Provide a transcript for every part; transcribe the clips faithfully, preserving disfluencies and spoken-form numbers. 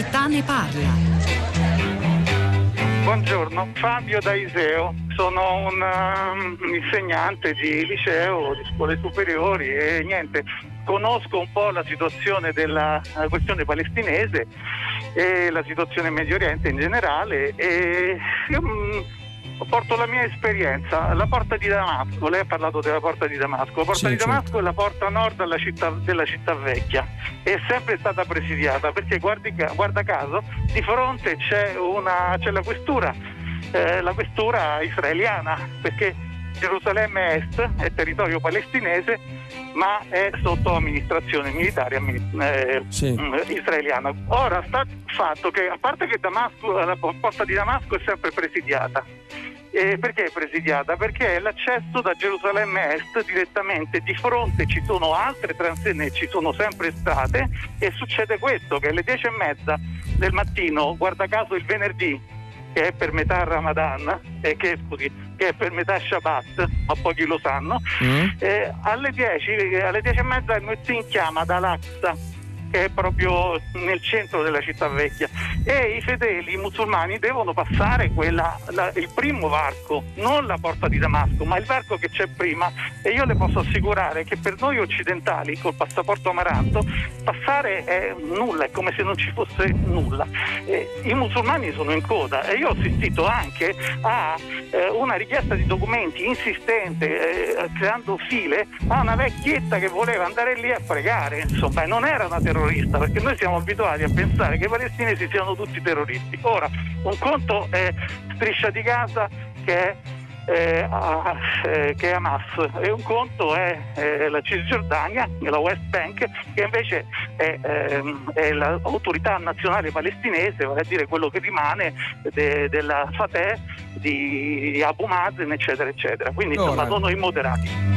città ne parla. Buongiorno, Fabio da Iseo, sono un um, insegnante di liceo, di scuole superiori e niente, conosco un po' la situazione della questione palestinese e la situazione in Medio Oriente in generale e um, porto la mia esperienza. La porta di Damasco, lei ha parlato della porta di Damasco, la porta sì, di certo. Damasco è la porta nord della città, della città vecchia, è sempre stata presidiata perché guardi, guarda caso di fronte c'è, una, c'è la questura, eh, la questura israeliana, perché Gerusalemme Est è territorio palestinese ma è sotto amministrazione militare eh, sì. israeliana. Ora sta il fatto che, a parte che Damasco, la porta di Damasco è sempre presidiata. Eh, perché è presidiata? Perché è l'accesso da Gerusalemme Est direttamente, di fronte ci sono altre transenne, ci sono sempre state, e succede questo, che alle dieci e mezza del mattino, guarda caso il venerdì, che è per metà Ramadan, eh, che, scusi, che è per metà Shabbat, ma pochi lo sanno, mm. eh, alle dieci, alle dieci e mezza il muezzin chiama da Al-Aqsa, che è proprio nel centro della città vecchia, e i fedeli musulmani devono passare quella, la, il primo varco, non la porta di Damasco, ma il varco che c'è prima, e io le posso assicurare che per noi occidentali col passaporto amaranto passare è nulla, è come se non ci fosse nulla. Eh, i musulmani sono in coda e io ho assistito anche a eh, una richiesta di documenti insistente, eh, creando file a una vecchietta che voleva andare lì a pregare, insomma, e non era una terrorista, perché noi siamo abituati a pensare che i palestinesi siano tutti terroristi. Ora, un conto è Striscia di Gaza, che è Eh, a, eh, che è Hamas, e un conto è eh, la Cisgiordania, la West Bank, che invece è, ehm, è l'autorità nazionale palestinese, vale a dire quello che rimane de, della Fatah, di Abu Mazen, eccetera eccetera. Quindi insomma sono immoderati.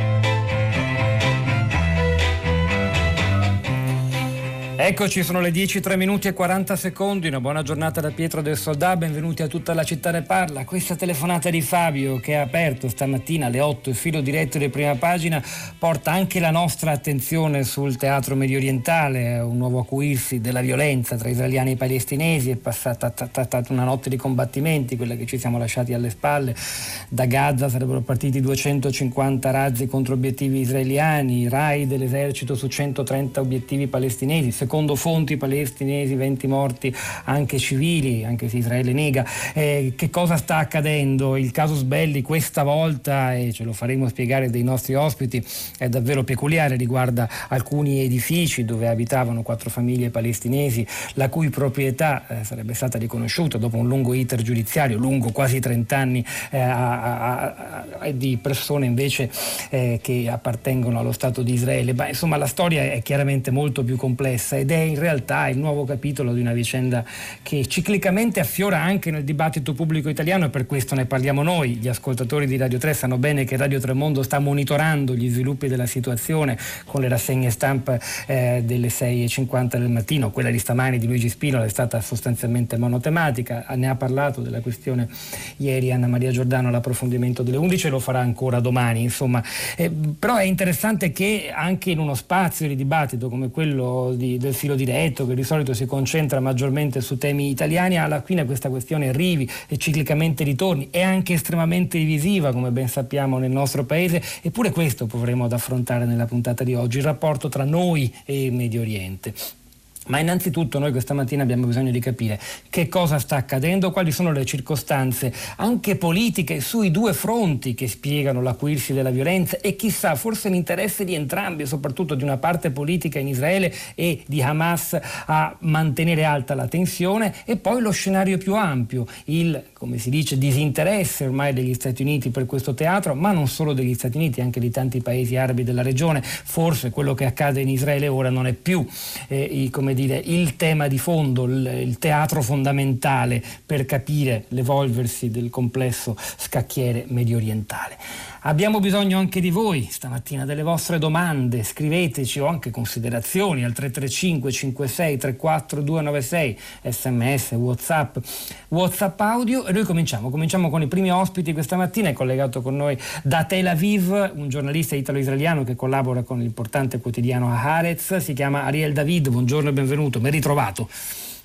Eccoci, sono le dieci, tre minuti e quaranta secondi, una buona giornata da Pietro del Soldà, benvenuti a Tutta la città ne parla. Questa telefonata di Fabio, che ha aperto stamattina alle otto il filo diretto di Prima Pagina, porta anche la nostra attenzione sul teatro mediorientale, un nuovo acuirsi della violenza tra israeliani e palestinesi. È passata stata una notte di combattimenti, quella che ci siamo lasciati alle spalle. Da Gaza sarebbero partiti duecentocinquanta razzi contro obiettivi israeliani, raid dell'esercito su centotrenta obiettivi palestinesi. Secondo fonti palestinesi, venti morti anche civili, anche se Israele nega. Eh, che cosa sta accadendo? Il casus belli questa volta, e ce lo faremo spiegare dai nostri ospiti, è davvero peculiare, riguarda alcuni edifici dove abitavano quattro famiglie palestinesi, la cui proprietà eh, sarebbe stata riconosciuta dopo un lungo iter giudiziario, lungo quasi trent'anni, eh, a, a, a, di persone invece eh, che appartengono allo Stato di Israele. Ma insomma la storia è chiaramente molto più complessa, ed è in realtà il nuovo capitolo di una vicenda che ciclicamente affiora anche nel dibattito pubblico italiano, e per questo ne parliamo noi. Gli ascoltatori di Radio tre sanno bene che Radio Tremondo sta monitorando gli sviluppi della situazione con le rassegne stampa eh, delle sei e cinquanta del mattino. Quella di stamani di Luigi Spinola è stata sostanzialmente monotematica, ne ha parlato della questione ieri Anna Maria Giordano all'approfondimento delle undici e lo farà ancora domani, insomma. Eh, però è interessante che anche in uno spazio di dibattito come quello di del filo diretto, che di solito si concentra maggiormente su temi italiani, alla fine questa questione arrivi e ciclicamente ritorni, è anche estremamente divisiva, come ben sappiamo, nel nostro paese. Eppure questo proveremo ad affrontare nella puntata di oggi, il rapporto tra noi e il Medio Oriente. Ma innanzitutto noi questa mattina abbiamo bisogno di capire che cosa sta accadendo, quali sono le circostanze anche politiche sui due fronti che spiegano l'acuirsi della violenza, e chissà, forse l'interesse di entrambi, soprattutto di una parte politica in Israele e di Hamas, a mantenere alta la tensione, e poi lo scenario più ampio, il, come si dice, disinteresse ormai degli Stati Uniti per questo teatro, ma non solo degli Stati Uniti, anche di tanti paesi arabi della regione. Forse quello che accade in Israele ora non è più eh, come dire, il tema di fondo, il, il teatro fondamentale per capire l'evolversi del complesso scacchiere mediorientale. Abbiamo bisogno anche di voi stamattina, delle vostre domande, scriveteci, o anche considerazioni al tre tre cinque cinque sei tre quattro due nove sei, sms, whatsapp, whatsapp audio, e noi cominciamo, cominciamo con i primi ospiti questa mattina. È collegato con noi da Tel Aviv un giornalista italo-israeliano che collabora con l'importante quotidiano Haaretz, si chiama Ariel David. Buongiorno e benvenuto, ben ritrovato.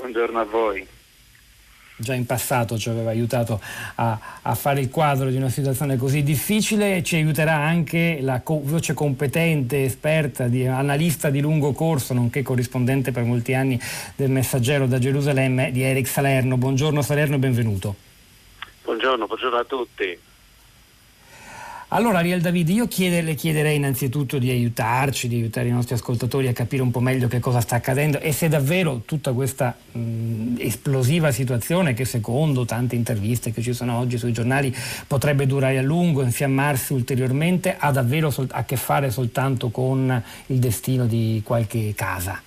buongiorno a voi. Già in passato ci aveva aiutato a, a fare il quadro di una situazione così difficile, ci aiuterà anche la co- voce competente, esperta, di, analista di lungo corso, nonché corrispondente per molti anni del Messaggero da Gerusalemme, di Eric Salerno. Buongiorno Salerno e benvenuto. Buongiorno, buongiorno a tutti. Allora Ariel Davidi, io chiede, le chiederei innanzitutto di aiutarci, di aiutare i nostri ascoltatori a capire un po' meglio che cosa sta accadendo e se davvero tutta questa mh, esplosiva situazione, che secondo tante interviste che ci sono oggi sui giornali potrebbe durare a lungo, infiammarsi ulteriormente, ha davvero sol- a che fare soltanto con il destino di qualche casa.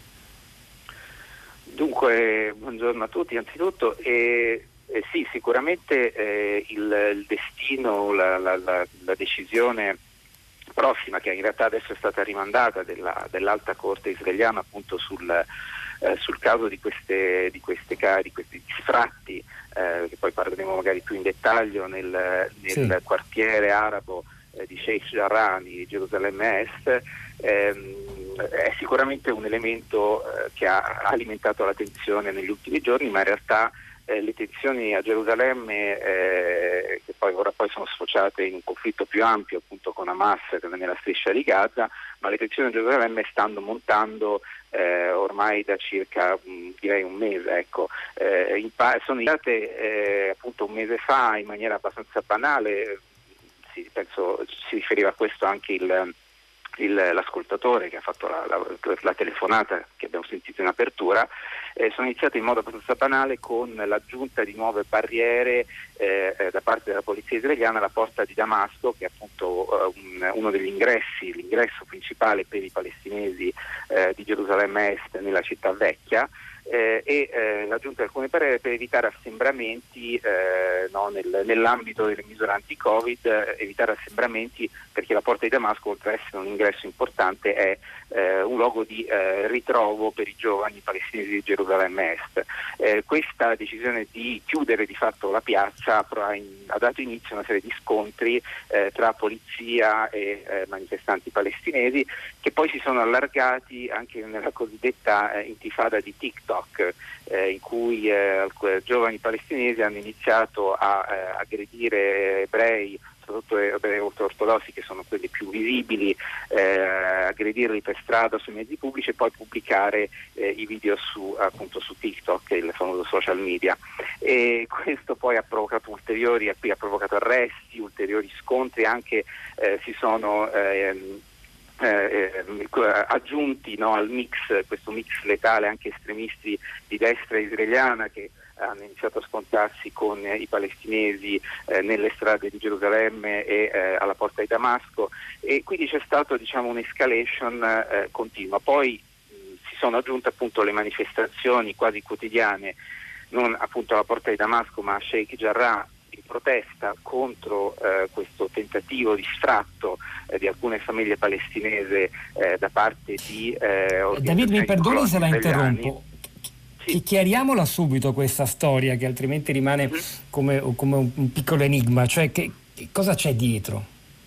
Dunque, buongiorno a tutti anzitutto. E... Eh sì, sicuramente eh, il, il destino, la, la, la, la decisione prossima, che in realtà adesso è stata rimandata della, dell'Alta Corte israeliana appunto sul, eh, sul caso di queste, di queste di questi sfratti, eh, che poi parleremo magari più in dettaglio, nel, nel sì. quartiere arabo eh, di Sheikh Jarrah di Gerusalemme Est. ehm, è sicuramente un elemento eh, che ha alimentato la tensione negli ultimi giorni, ma in realtà Eh, le tensioni a Gerusalemme, eh, che poi ora poi sono sfociate in un conflitto più ampio appunto con Hamas nella striscia di Gaza, ma le tensioni a Gerusalemme stanno montando eh, ormai da circa mh, direi un mese, ecco. Eh, in pa- sono iniziate eh, appunto un mese fa in maniera abbastanza banale, si, penso si riferiva a questo anche il Il, l'ascoltatore che ha fatto la, la, la telefonata che abbiamo sentito in apertura, eh, sono iniziate in modo abbastanza banale con l'aggiunta di nuove barriere eh, eh, da parte della polizia israeliana alla porta di Damasco, che è appunto eh, un, uno degli ingressi, l'ingresso principale per i palestinesi eh, di Gerusalemme Est nella città vecchia. Eh, e eh, l'aggiunta di alcune barriere per evitare assembramenti eh, no, nel, nell'ambito delle misure anti-Covid, eh, evitare assembramenti perché la porta di Damasco, oltre ad essere un ingresso importante, è eh, un luogo di eh, ritrovo per i giovani palestinesi di Gerusalemme Est. Eh, questa decisione di chiudere di fatto la piazza ha, in, ha dato inizio a una serie di scontri eh, tra polizia e eh, manifestanti palestinesi, che poi si sono allargati anche nella cosiddetta eh, intifada di TikTok, Eh, in cui eh, giovani palestinesi hanno iniziato a eh, aggredire ebrei, soprattutto ebrei ortodossi, che sono quelli più visibili, eh, aggredirli per strada sui mezzi pubblici e poi pubblicare eh, i video su, appunto, su TikTok, il famoso social media. E questo poi ha provocato ulteriori, ha provocato arresti, ulteriori scontri, anche eh, si sono eh, Eh, eh, aggiunti no, al mix, questo mix letale, anche estremisti di destra israeliana che hanno iniziato a scontrarsi con eh, i palestinesi eh, nelle strade di Gerusalemme e eh, alla porta di Damasco, e quindi c'è stato diciamo un'escalation eh, continua. Poi mh, si sono aggiunte appunto le manifestazioni quasi quotidiane, non appunto alla porta di Damasco ma a Sheikh Jarrah, in protesta contro eh, questo tentativo di sfratto eh, di alcune famiglie palestinesi eh, da parte di eh, David, mi perdoni se la israeliani. interrompo. Sì. Chiariamola subito questa storia, che altrimenti rimane mm-hmm. come, come un, un piccolo enigma, cioè che, che cosa c'è dietro?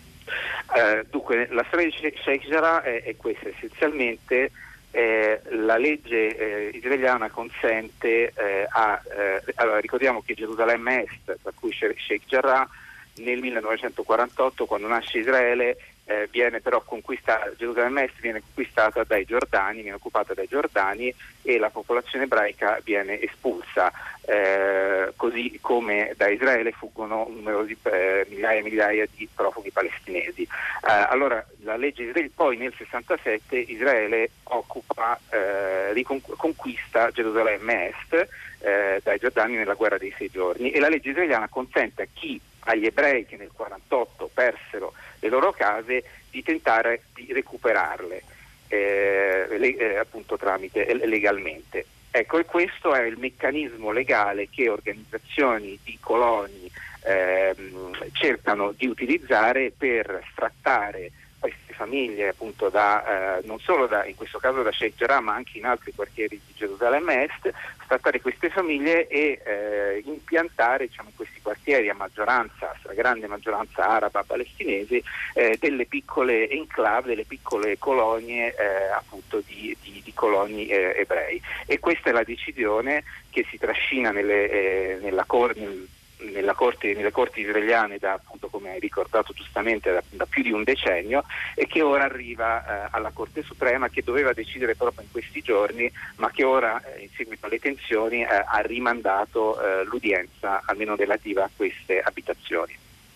Uh, dunque, la storia di Sheikh Jarrah è, è questa: essenzialmente eh, la legge eh, israeliana consente eh, a eh, allora ricordiamo che Gerusalemme Est, tra cui Sheikh Jarrah, nel millenovecentoquarantotto, quando nasce Israele, eh, viene però conquistata, Gerusalemme Est viene conquistata dai giordani, viene occupata dai giordani e la popolazione ebraica viene espulsa, eh, così come da Israele fuggono numerosi eh, migliaia e migliaia di profughi palestinesi. Eh, allora la legge israeliana, poi nel sessantasette Israele occupa, eh, riconquista Gerusalemme Est eh, dai giordani nella guerra dei sei giorni, e la legge israeliana consente a chi agli ebrei che nel quarantotto persero le loro case di tentare di recuperarle eh, le, eh, appunto tramite eh, legalmente. Ecco, e questo è il meccanismo legale che organizzazioni di coloni ehm, cercano di utilizzare per sfrattare queste famiglie, appunto da, eh, non solo da, in questo caso da Sheikh Jarrah, ma anche in altri quartieri di Gerusalemme Est, sfrattare queste famiglie e eh, impiantare, diciamo, in questi quartieri a maggioranza, a grande maggioranza araba palestinese, eh, delle piccole enclave, delle piccole colonie eh, appunto di, di, di coloni eh, ebrei. E questa è la decisione che si trascina nelle, eh, nella corte Nella corte, nelle corti israeliane da, appunto, come hai ricordato giustamente, da, da più di un decennio, e che ora arriva eh, alla Corte Suprema, che doveva decidere proprio in questi giorni, ma che ora, eh, in seguito alle tensioni, eh, ha rimandato eh, l'udienza, almeno relativa a queste abitazioni.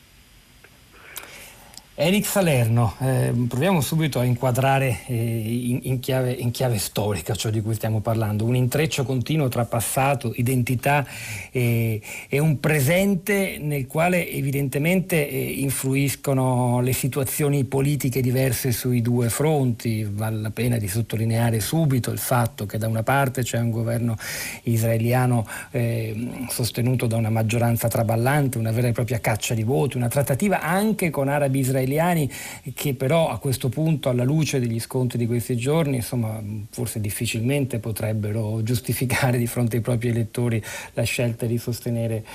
Eric Salerno, eh, proviamo subito a inquadrare eh, in, in, chiave, in chiave storica ciò di cui stiamo parlando, un intreccio continuo tra passato, identità e, e un presente nel quale evidentemente eh, influiscono le situazioni politiche diverse sui due fronti. Vale la pena di sottolineare subito il fatto che da una parte c'è un governo israeliano eh, sostenuto da una maggioranza traballante, una vera e propria caccia di voti, una trattativa anche con arabi israeliani che però a questo punto, alla luce degli scontri di questi giorni, insomma, forse difficilmente potrebbero giustificare di fronte ai propri elettori la scelta di sostenere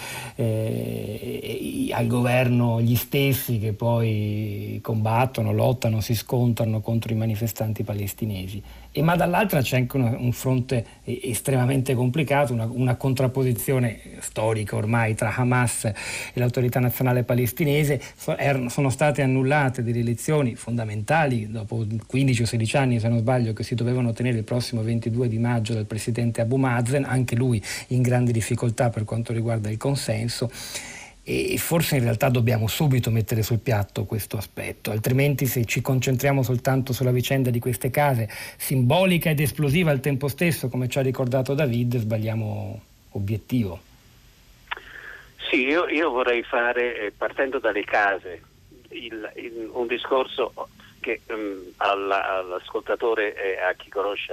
eh, al governo gli stessi che poi combattono, lottano, si scontrano contro i manifestanti palestinesi. E ma dall'altra c'è anche un, un fronte estremamente complicato, una, una contrapposizione storica ormai tra Hamas e l'autorità nazionale palestinese. So, erano, sono state annullate delle elezioni fondamentali dopo quindici o sedici anni, se non sbaglio, che si dovevano tenere il prossimo ventidue di maggio dal presidente Abu Mazen, anche lui in grandi difficoltà per quanto riguarda il consenso. E forse in realtà dobbiamo subito mettere sul piatto questo aspetto, altrimenti se ci concentriamo soltanto sulla vicenda di queste case, simbolica ed esplosiva al tempo stesso, come ci ha ricordato David, sbagliamo obiettivo. Sì, io, io vorrei fare, eh, partendo dalle case, il, il, un discorso che um, alla, all'ascoltatore e a chi conosce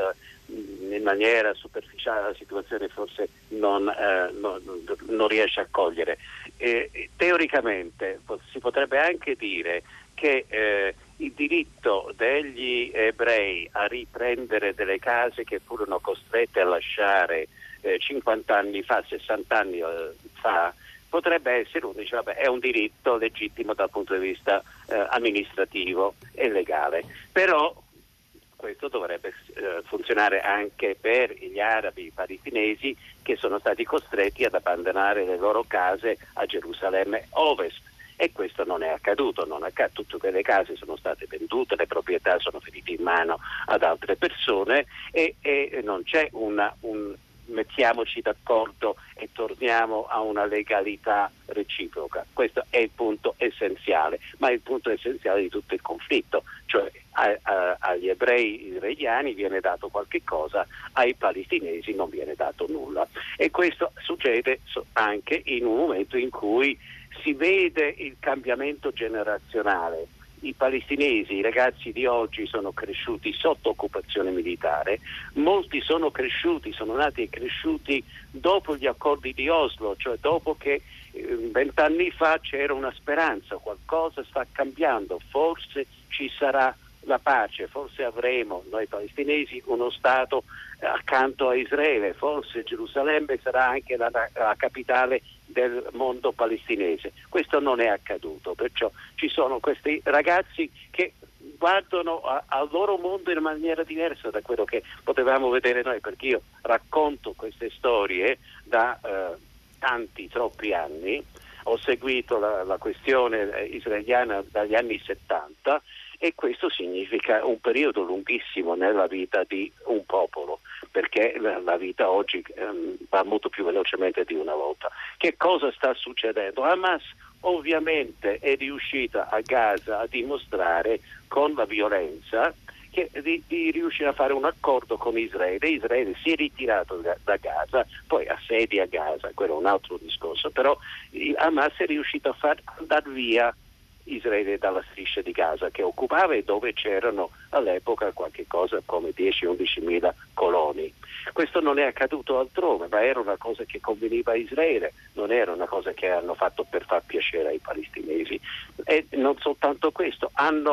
in maniera superficiale la situazione forse non, eh, non, non riesce a cogliere. Eh, teoricamente si potrebbe anche dire che eh, il diritto degli ebrei a riprendere delle case che furono costrette a lasciare eh, cinquanta anni fa, sessanta anni eh, fa, potrebbe essere, uno dice, vabbè, è un diritto legittimo dal punto di vista eh, amministrativo e legale, però questo dovrebbe eh, funzionare anche per gli arabi palestinesi che sono stati costretti ad abbandonare le loro case a Gerusalemme Ovest, e questo non è accaduto, non è accaduto. Tutte quelle case sono state vendute, le proprietà sono finite in mano ad altre persone e, e non c'è una, un mettiamoci d'accordo e torniamo a una legalità reciproca. Questo è il punto essenziale, ma è il punto essenziale di tutto il conflitto, cioè a, a, agli ebrei israeliani viene dato qualche cosa, ai palestinesi non viene dato nulla, e questo succede anche in un momento in cui si vede il cambiamento generazionale. I palestinesi, i ragazzi di oggi sono cresciuti sotto occupazione militare, molti sono cresciuti, sono nati e cresciuti dopo gli accordi di Oslo, cioè dopo che vent'anni eh, fa c'era una speranza, qualcosa sta cambiando, forse ci sarà la pace, forse avremo noi palestinesi uno Stato eh, accanto a Israele, forse Gerusalemme sarà anche la, la capitale del mondo palestinese. Questo non è accaduto, perciò ci sono questi ragazzi che guardano a, al loro mondo in maniera diversa da quello che potevamo vedere noi, perché io racconto queste storie da eh, tanti, troppi anni, ho seguito la, la questione israeliana dagli anni settanta, e questo significa un periodo lunghissimo nella vita di un popolo, perché la, la vita oggi ehm, va molto più velocemente di una volta. Che cosa sta succedendo? Hamas ovviamente è riuscita a Gaza a dimostrare con la violenza che di, di riuscire a fare un accordo con Israele. Israele si è ritirato da, da Gaza, poi assedia Gaza, quello è un altro discorso, però Hamas è riuscito a far andare via Israele dalla striscia di Gaza che occupava e dove c'erano all'epoca qualche cosa come dieci undici mila coloni. Questo non è accaduto altrove, ma era una cosa che conveniva a Israele, non era una cosa che hanno fatto per far piacere ai palestinesi. E non soltanto questo, hanno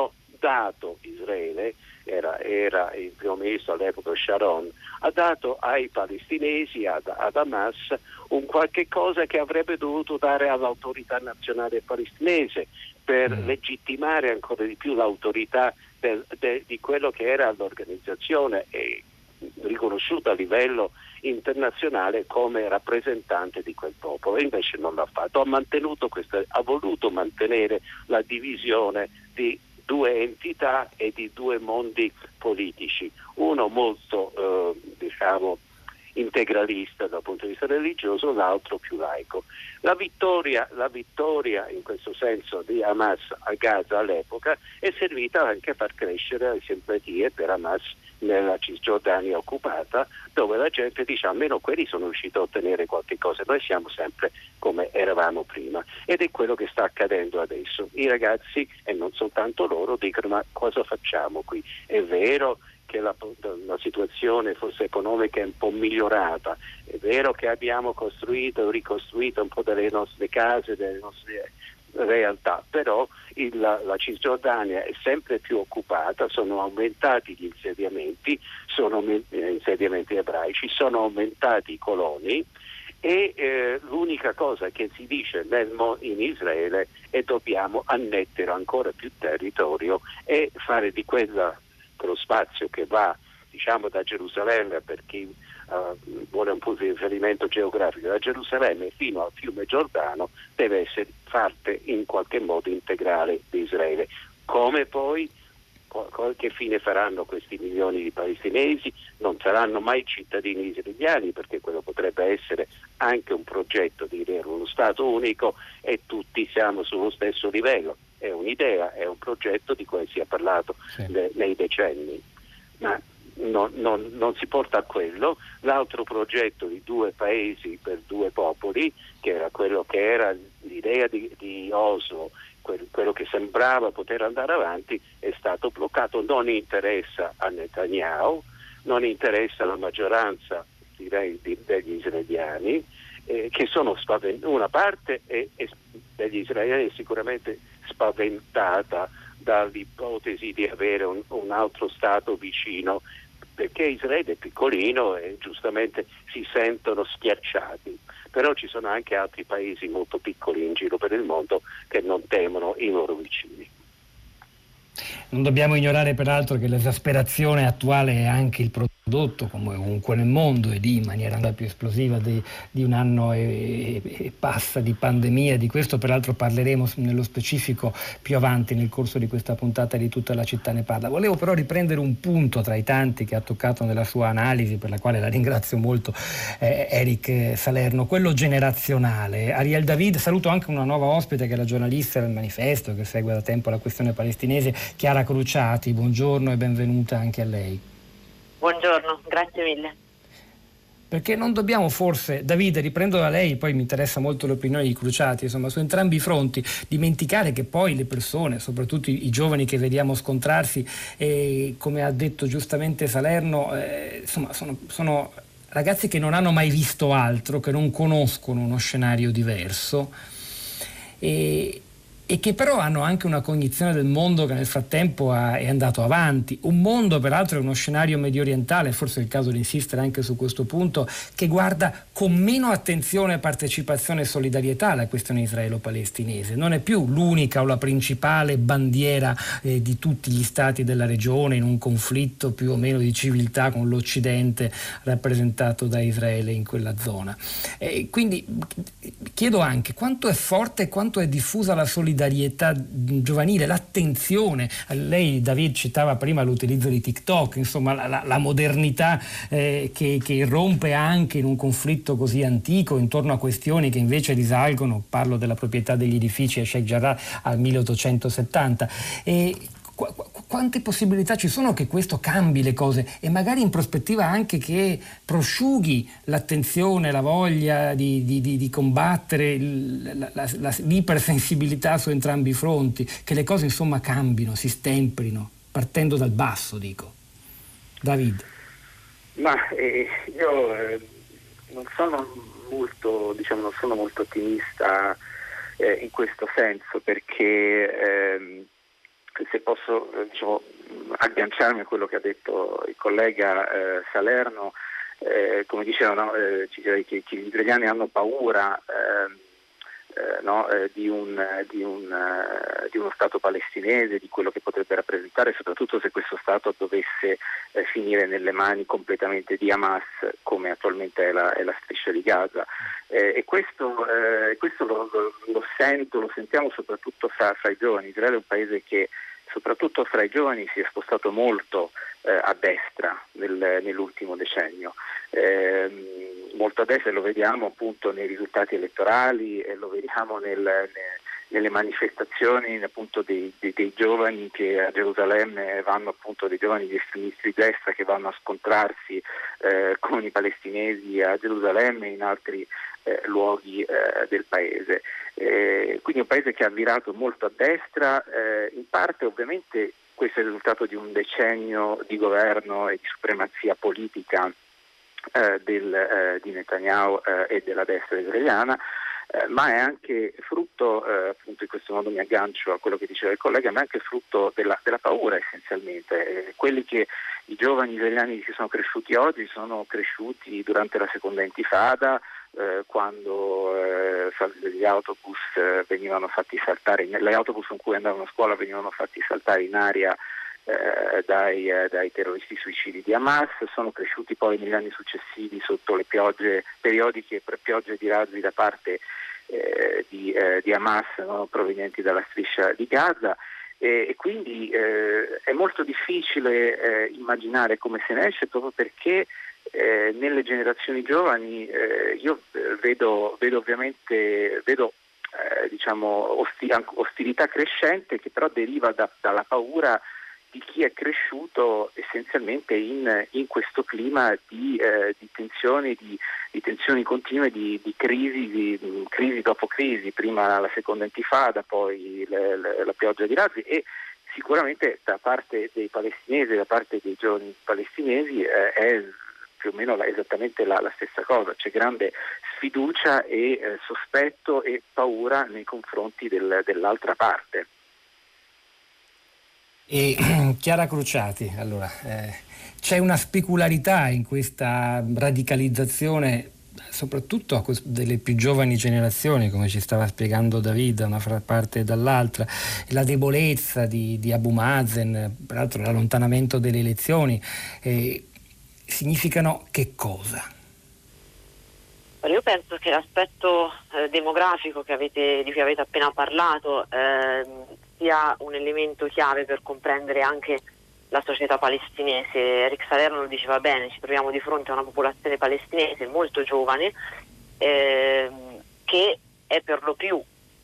dato Israele, era, era il primo ministro all'epoca Sharon, ha dato ai palestinesi, ad, ad Hamas, un qualche cosa che avrebbe dovuto dare all'autorità nazionale palestinese per mm. legittimare ancora di più l'autorità del, de, di quello che era l'organizzazione e riconosciuta a livello internazionale come rappresentante di quel popolo, e invece non l'ha fatto, ha mantenuto questa, ha voluto mantenere la divisione di due entità e di due mondi politici, uno molto eh, diciamo integralista dal punto di vista religioso, l'altro più laico. La vittoria, la vittoria in questo senso di Hamas a Gaza all'epoca è servita anche a far crescere le simpatie per Hamas nella Cisgiordania occupata, dove la gente dice almeno quelli sono riusciti a ottenere qualche cosa, noi siamo sempre come eravamo prima, ed è quello che sta accadendo adesso. I ragazzi, e non soltanto loro, dicono ma cosa facciamo qui? È vero che la, la situazione forse economica è un po' migliorata, è vero che abbiamo costruito e ricostruito un po' delle nostre case, delle nostre realtà, però il, la Cisgiordania è sempre più occupata, sono aumentati gli insediamenti, sono insediamenti ebraici, sono aumentati i coloni e eh, l'unica cosa che si dice nel, in Israele è dobbiamo annettere ancora più territorio e fare di quella, quello spazio che va diciamo da Gerusalemme, per chi uh, vuole un punto di riferimento geografico, da Gerusalemme fino al fiume Giordano deve essere parte in qualche modo integrale di Israele. Come poi, che fine faranno questi milioni di palestinesi? Non saranno mai cittadini israeliani, perché quello potrebbe essere anche un progetto di avere uno Stato unico e tutti siamo sullo stesso livello. È un'idea, è un progetto di cui si è parlato sì. le, nei decenni, ma non, non, non si porta a quello. L'altro progetto di due paesi per due popoli, che era quello che era l'idea di, di Oslo, quel, quello che sembrava poter andare avanti, è stato bloccato. Non interessa a Netanyahu, non interessa alla maggioranza direi di, degli israeliani, eh, che sono spaventati. Una parte è, è, degli israeliani è sicuramente spaventata dall'ipotesi di avere un, un altro Stato vicino, perché Israele è piccolino e giustamente si sentono schiacciati, però ci sono anche altri paesi molto piccoli in giro per il mondo che non temono i loro vicini. Non dobbiamo ignorare peraltro che l'esasperazione attuale è anche il prodotto, come ovunque nel mondo, e di in maniera ancora più esplosiva di, di un anno e, e passa di pandemia. Di questo peraltro parleremo nello specifico più avanti nel corso di questa puntata di Tutta la città ne parla. Volevo però riprendere un punto tra i tanti che ha toccato nella sua analisi, per la quale la ringrazio molto, eh, Eric Salerno, quello generazionale. Ariel David, saluto anche una nuova ospite che è la giornalista del Manifesto, che segue da tempo la questione palestinese, Chiara Cruciati. Buongiorno e benvenuta anche a lei. Buongiorno, grazie mille. Perché non dobbiamo forse, Davide, riprendo da lei, poi mi interessa molto l'opinione di Cruciati, insomma, su entrambi i fronti, dimenticare che poi le persone, soprattutto i, i giovani che vediamo scontrarsi, eh, come ha detto giustamente Salerno, eh, insomma, sono, sono ragazzi che non hanno mai visto altro, che non conoscono uno scenario diverso, e e che però hanno anche una cognizione del mondo che nel frattempo ha, è andato avanti. Un mondo, peraltro, è uno scenario mediorientale, forse è il caso di insistere anche su questo punto, che guarda con meno attenzione, partecipazione e solidarietà alla questione israelo-palestinese. Non è più l'unica o la principale bandiera eh, di tutti gli stati della regione in un conflitto più o meno di civiltà con l'Occidente rappresentato da Israele in quella zona. E quindi chiedo anche quanto è forte e quanto è diffusa la solidarietà giovanile, l'attenzione. Lei, David, citava prima l'utilizzo di TikTok, insomma la, la modernità eh, che, che irrompe anche in un conflitto così antico intorno a questioni che invece risalgono, parlo della proprietà degli edifici a Sheikh Jarrah al milleottocentosettanta. E qu- quante possibilità ci sono che questo cambi le cose e magari in prospettiva anche che prosciughi l'attenzione, la voglia di, di, di, di combattere la, la, la, l'ipersensibilità su entrambi i fronti, che le cose insomma cambino, si stemprino, partendo dal basso, dico. David. Ma eh, io eh, non sono molto, diciamo, non sono molto ottimista eh, in questo senso, perché eh, se posso eh, diciamo, agganciarmi a quello che ha detto il collega eh, Salerno, eh, come dicevano, eh, che, che gli israeliani hanno paura eh, eh, no, eh, di, un, di, un, eh, di uno Stato palestinese, di quello che potrebbe rappresentare, soprattutto se questo Stato dovesse eh, finire nelle mani completamente di Hamas, come attualmente è la, è la striscia di Gaza. Eh, e questo, eh, questo lo, lo, lo sento, lo sentiamo soprattutto fra, fra i giovani. Israele è un paese che soprattutto fra i giovani si è spostato molto eh, a destra nel, nell'ultimo decennio, eh, molto a destra, e lo vediamo appunto nei risultati elettorali e lo vediamo nel, ne, nelle manifestazioni appunto dei, dei, dei giovani che a Gerusalemme vanno, appunto dei giovani di estremisti di destra che vanno a scontrarsi eh, con i palestinesi a Gerusalemme e in altri eh, luoghi eh, del paese. Eh, quindi un paese che ha virato molto a destra, eh, in parte ovviamente questo è il risultato di un decennio di governo e di supremazia politica eh, del, eh, di Netanyahu eh, e della destra israeliana, eh, ma è anche frutto, eh, appunto in questo modo mi aggancio a quello che diceva il collega, ma è anche frutto della, della paura essenzialmente. Eh, quelli che i giovani israeliani che sono cresciuti oggi sono cresciuti durante la seconda intifada, Eh, quando eh, gli autobus eh, venivano fatti saltare, gli autobus con cui andavano a scuola venivano fatti saltare in aria eh, dai, eh, dai terroristi suicidi di Hamas, sono cresciuti poi negli anni successivi sotto le piogge periodiche, piogge di razzi da parte eh, di, eh, di Hamas, no, provenienti dalla striscia di Gaza. E, e quindi eh, è molto difficile eh, immaginare come se ne esce, proprio perché Eh, nelle generazioni giovani eh, io eh, vedo, vedo ovviamente vedo eh, diciamo osti- ostilità crescente, che però deriva da, dalla paura di chi è cresciuto essenzialmente in, in questo clima di, eh, di tensioni, di, di tensioni continue, di, di crisi, di, di crisi dopo crisi, prima la seconda intifada, poi le, le, la pioggia di razzi, e sicuramente da parte dei palestinesi, da parte dei giovani palestinesi eh, è più o meno la, esattamente la, la stessa cosa. C'è grande sfiducia e eh, sospetto e paura nei confronti del, dell'altra parte. E Chiara Cruciati, allora, eh, c'è una specularità in questa radicalizzazione, soprattutto delle più giovani generazioni, come ci stava spiegando David, da una parte e dall'altra, la debolezza di, di Abu Mazen, peraltro l'allontanamento delle elezioni, eh, significano che cosa? Io penso che l'aspetto eh, demografico che avete, di cui avete appena parlato eh, sia un elemento chiave per comprendere anche la società palestinese. Eric Salerno lo diceva bene, ci troviamo di fronte a una popolazione palestinese molto giovane eh, che è per lo più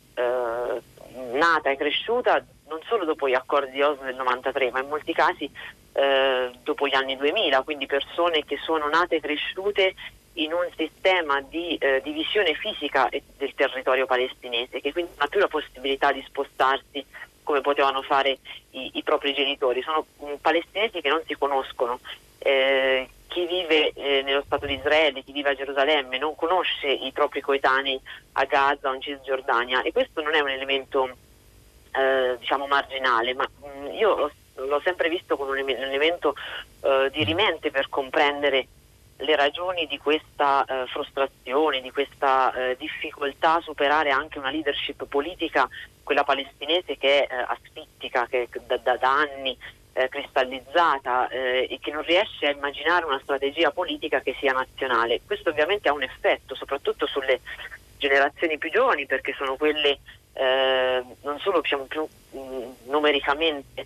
eh, nata e cresciuta non solo dopo gli accordi di Oslo del novantatré, ma in molti casi eh, dopo gli anni duemila, quindi persone che sono nate e cresciute in un sistema di eh, divisione fisica del territorio palestinese, che quindi non ha più la possibilità di spostarsi come potevano fare i, i propri genitori. Sono mh, palestinesi che non si conoscono. Eh, chi vive eh, nello Stato di Israele, chi vive a Gerusalemme, non conosce i propri coetanei a Gaza o in Cisgiordania, e questo non è un elemento eh, diciamo marginale, ma mh, io l'ho, l'ho sempre visto come un, un elemento eh, dirimente per comprendere le ragioni di questa eh, frustrazione, di questa eh, difficoltà a superare anche una leadership politica, quella palestinese, che è eh, asfittica, che è da, da, da anni eh, cristallizzata eh, e che non riesce a immaginare una strategia politica che sia nazionale. Questo ovviamente ha un effetto soprattutto sulle generazioni più giovani, perché sono quelle eh, non solo diciamo, più mh, numericamente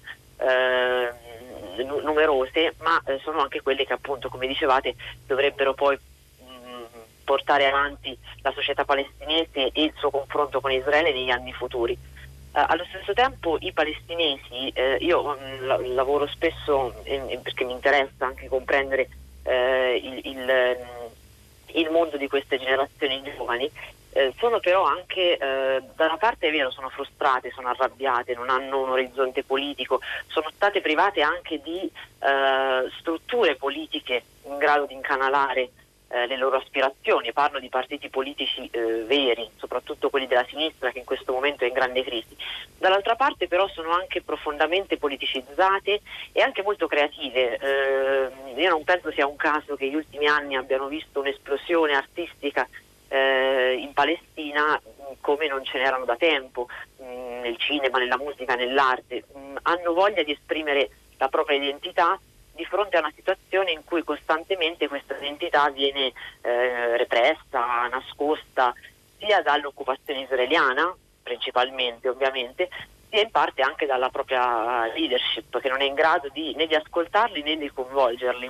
eh, numerose, ma eh, sono anche quelle che, appunto, come dicevate, dovrebbero poi mh, portare avanti la società palestinese e il suo confronto con Israele negli anni futuri. Uh, allo stesso tempo i palestinesi, eh, io mh, lavoro spesso eh, perché mi interessa anche comprendere eh, il, il, il mondo di queste generazioni giovani. Eh, sono però anche, eh, da una parte è vero, sono frustrate, sono arrabbiate, non hanno un orizzonte politico, sono state private anche di eh, strutture politiche in grado di incanalare eh, le loro aspirazioni. Parlo di partiti politici eh, veri, soprattutto quelli della sinistra, che in questo momento è in grande crisi. Dall'altra parte però sono anche profondamente politicizzate e anche molto creative. Eh, io non penso sia un caso che gli ultimi anni abbiano visto un'esplosione artistica eh, in Palestina come non ce n'erano da tempo, mh, nel cinema, nella musica, nell'arte. Mh, hanno voglia di esprimere la propria identità di fronte a una situazione in cui costantemente questa identità viene eh, repressa, nascosta, sia dall'occupazione israeliana, principalmente ovviamente, sia in parte anche dalla propria leadership, che non è in grado di, né di ascoltarli né di coinvolgerli.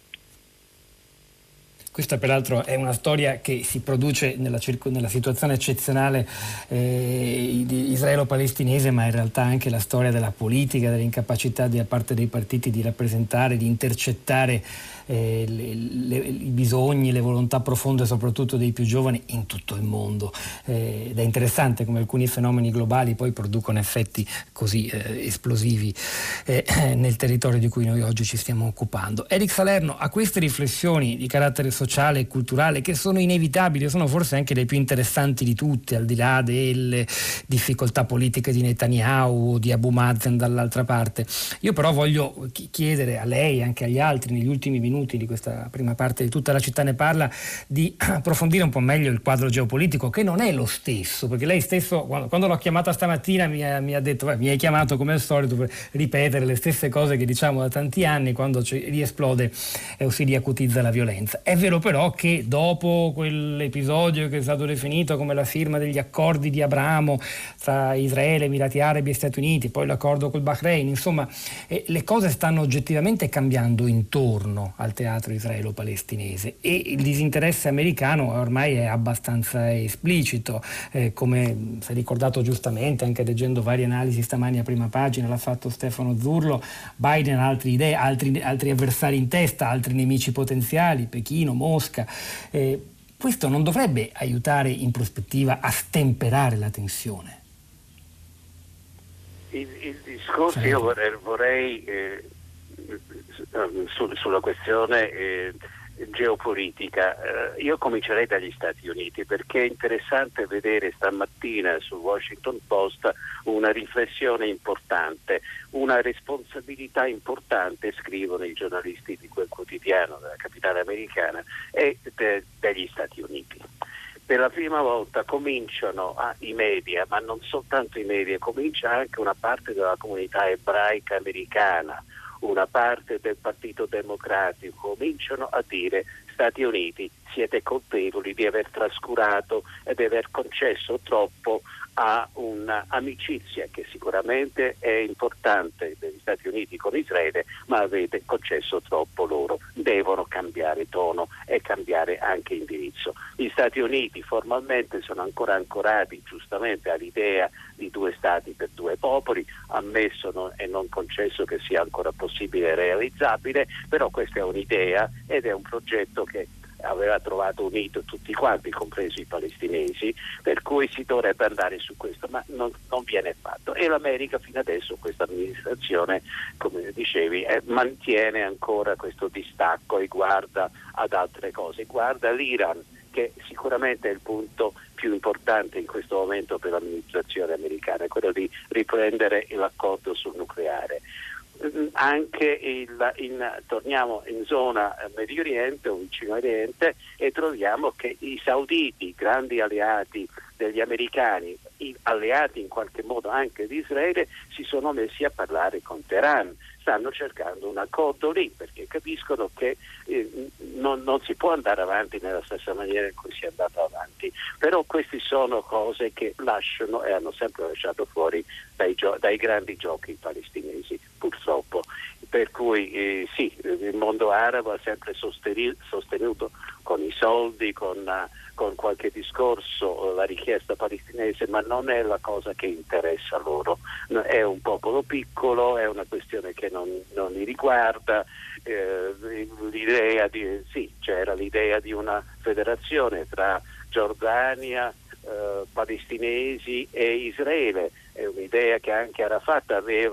Questa peraltro è una storia che si produce nella, circo, nella situazione eccezionale eh, israelo-palestinese, ma in realtà anche la storia della politica, dell'incapacità da parte dei partiti di rappresentare, di intercettare eh, le, le, i bisogni, le volontà profonde soprattutto dei più giovani in tutto il mondo. Eh, ed è interessante come alcuni fenomeni globali poi producono effetti così eh, esplosivi eh, nel territorio di cui noi oggi ci stiamo occupando. Eric Salerno, a queste riflessioni di carattere sociale e culturale, che sono inevitabili, sono forse anche le più interessanti di tutte, al di là delle difficoltà politiche di Netanyahu o di Abu Mazen dall'altra parte. Io però voglio chiedere a lei e anche agli altri, negli ultimi minuti di questa prima parte di Tutta la città ne parla, di approfondire un po' meglio il quadro geopolitico, che non è lo stesso, perché lei stesso, quando, quando l'ho chiamata stamattina, mi ha, mi ha detto, beh, mi hai chiamato come al solito per ripetere le stesse cose che diciamo da tanti anni, quando ci riesplode e si riacutizza la violenza. È vero però che dopo quell'episodio che è stato definito come la firma degli accordi di Abramo tra Israele, Emirati Arabi e Stati Uniti, poi l'accordo col Bahrain, insomma eh, le cose stanno oggettivamente cambiando intorno al teatro israelo-palestinese e il disinteresse americano ormai è abbastanza esplicito, eh, come si è ricordato giustamente anche leggendo varie analisi stamani a prima pagina, l'ha fatto Stefano Zurlo. Biden ha altre idee, altri, altri avversari in testa, altri nemici potenziali, Pechino, Mosca. Eh, questo non dovrebbe aiutare in prospettiva a stemperare la tensione? Il, il discorso, io vorrei, vorrei eh, su, sulla questione eh, geopolitica, eh, io comincerei dagli Stati Uniti, perché è interessante vedere stamattina sul Washington Post una riflessione importante, una responsabilità importante, scrivono i giornalisti di quel quotidiano della capitale americana, e de, degli Stati Uniti. Per la prima volta cominciano ah, i media, ma non soltanto i media, comincia anche una parte della comunità ebraica americana, una parte del Partito Democratico, cominciano a dire: Stati Uniti, siete colpevoli di aver trascurato e di aver concesso troppo a un'amicizia che sicuramente è importante degli Stati Uniti con Israele, ma avete concesso troppo loro. Devono cambiare tono e cambiare anche indirizzo. Gli Stati Uniti formalmente sono ancora ancorati giustamente all'idea di due stati per due popoli, ammesso non, e non concesso che sia ancora possibile e realizzabile, però questa è un'idea ed è un progetto che aveva trovato unito tutti quanti, compresi i palestinesi, per cui si dovrebbe andare su questo, ma non, non viene fatto. E l'America fino adesso, questa amministrazione, come dicevi, eh, mantiene ancora questo distacco e guarda ad altre cose, guarda l'Iran, che sicuramente è il punto più importante in questo momento per l'amministrazione americana, quello di riprendere l'accordo sul nucleare. Anche il, in, torniamo in zona Medio Oriente o vicino Oriente e troviamo che i sauditi, grandi alleati degli americani, i, alleati in qualche modo anche di Israele, si sono messi a parlare con Teheran, stanno cercando un accordo lì perché capiscono che eh, non, non si può andare avanti nella stessa maniera in cui si è andato avanti, però queste sono cose che lasciano e hanno sempre lasciato fuori dai, gio- dai grandi giochi palestinesi, purtroppo. Per cui eh, sì, il mondo arabo ha sempre sosteni- sostenuto con i soldi, con, uh, con qualche discorso la richiesta palestinese, ma non è la cosa che interessa loro. È un popolo piccolo, è una questione che non, non li riguarda. Eh, l'idea di sì, c'era l'idea di una federazione tra Giordania, eh, palestinesi e Israele, è un'idea che anche Arafat aveva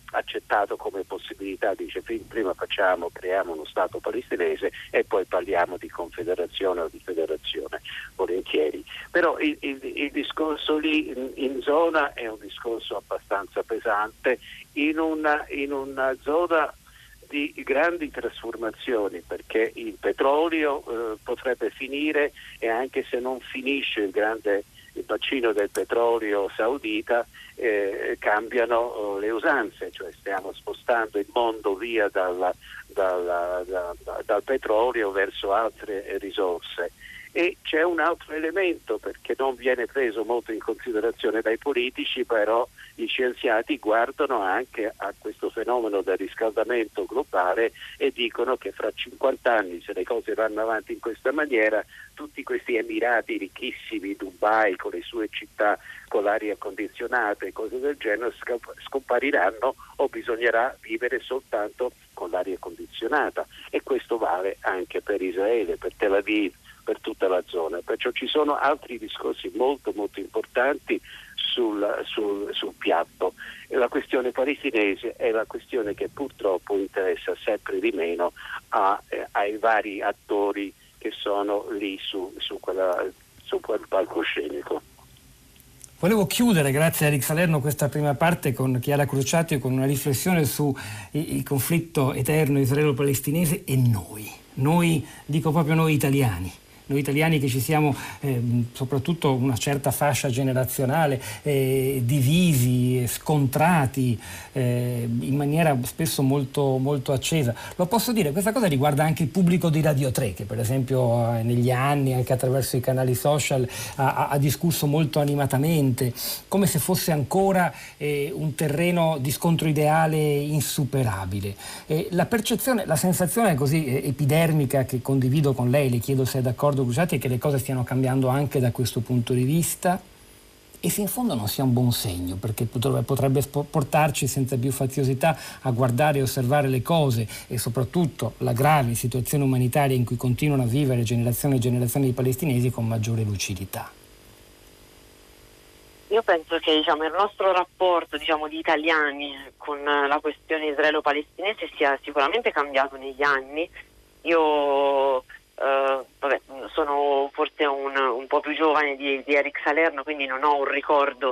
accettato come possibilità, dice prima facciamo, creiamo uno Stato palestinese e poi parliamo di confederazione o di federazione, volentieri. Però il, il, il discorso lì in, in zona è un discorso abbastanza pesante, in una, in una zona di grandi trasformazioni, perché il petrolio eh, potrebbe finire, e anche se non finisce il grande il bacino del petrolio saudita, eh, cambiano eh, le usanze, cioè stiamo spostando il mondo via dalla, dalla, da, da, dal petrolio verso altre risorse. E c'è un altro elemento, perché non viene preso molto in considerazione dai politici, però gli scienziati guardano anche a questo fenomeno del riscaldamento globale e dicono che fra cinquanta anni, se le cose vanno avanti in questa maniera, tutti questi emirati ricchissimi, Dubai con le sue città con l'aria condizionata e cose del genere, scompariranno, o bisognerà vivere soltanto con l'aria condizionata. E questo vale anche per Israele, per Tel Aviv, per tutta la zona. Perciò ci sono altri discorsi molto molto importanti sul, sul, sul piatto. E la questione palestinese è la questione che purtroppo interessa sempre di meno a, eh, ai vari attori che sono lì su, su, quella, su quel palcoscenico. Volevo chiudere, grazie a Eric Salerno, questa prima parte con Chiara Cruciati, con una riflessione su il, il conflitto eterno israelo-palestinese e noi. Noi, dico proprio noi italiani. Noi italiani che ci siamo, eh, soprattutto una certa fascia generazionale, eh, divisi, scontrati eh, in maniera spesso molto, molto accesa. Lo posso dire, questa cosa riguarda anche il pubblico di Radio tre, che per esempio eh, negli anni, anche attraverso i canali social, ha, ha discusso molto animatamente, come se fosse ancora eh, un terreno di scontro ideale insuperabile. Eh, la percezione, la sensazione così eh, epidermica che condivido con lei, le chiedo se è d'accordo, Cruciati, è che le cose stiano cambiando anche da questo punto di vista, e se in fondo non sia un buon segno, perché potrebbe, potrebbe portarci senza più faziosità a guardare e osservare le cose, e soprattutto la grave situazione umanitaria in cui continuano a vivere generazioni e generazioni di palestinesi con maggiore lucidità. Io penso che diciamo, il nostro rapporto diciamo, di italiani con la questione israelo-palestinese sia sicuramente cambiato negli anni. Io Uh, vabbè, sono forse un, un po' più giovane di, di Eric Salerno, quindi non ho un ricordo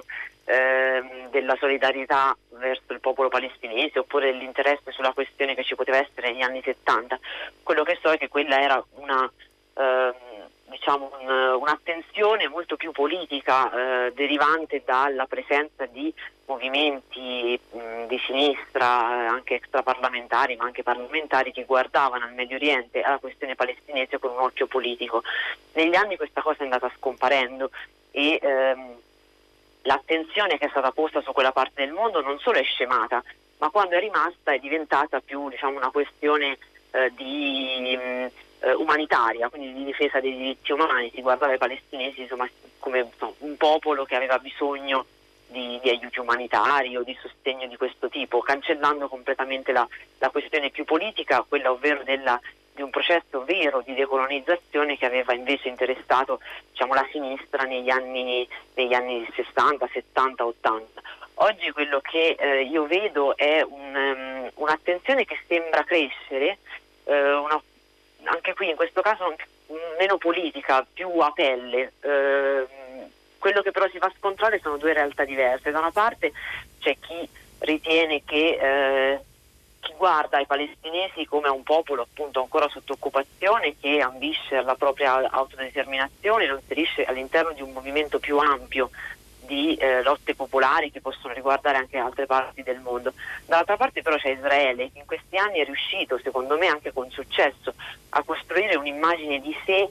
eh, della solidarietà verso il popolo palestinese oppure dell'interesse sulla questione che ci poteva essere negli anni settanta. Quello che so è che quella era una eh, diciamo un, un'attenzione molto più politica eh, derivante dalla presenza di movimenti mh, di sinistra, eh, anche extraparlamentari ma anche parlamentari, che guardavano al Medio Oriente, alla questione palestinese con un occhio politico. Negli anni questa cosa è andata scomparendo e ehm, l'attenzione che è stata posta su quella parte del mondo non solo è scemata, ma quando è rimasta è diventata più diciamo una questione eh, di mh, eh, umanitaria, quindi di difesa dei diritti umani. Si guardava i palestinesi insomma come insomma, un popolo che aveva bisogno Di, di aiuti umanitari o di sostegno di questo tipo, cancellando completamente la, la questione più politica, quella ovvero della, di un processo vero di decolonizzazione che aveva invece interessato diciamo, la sinistra negli anni, negli anni sessanta, settanta, ottanta. Oggi quello che eh, io vedo è un, um, un'attenzione che sembra crescere, eh, una, anche qui in questo caso meno politica, più a pelle. Eh, Quello che però si fa scontrare sono due realtà diverse. Da una parte c'è chi ritiene che eh, chi guarda i palestinesi come un popolo appunto ancora sotto occupazione, che ambisce alla propria autodeterminazione, lo inserisce all'interno di un movimento più ampio di eh, lotte popolari che possono riguardare anche altre parti del mondo. Dall'altra parte però c'è Israele, che in questi anni è riuscito, secondo me anche con successo, a costruire un'immagine di sé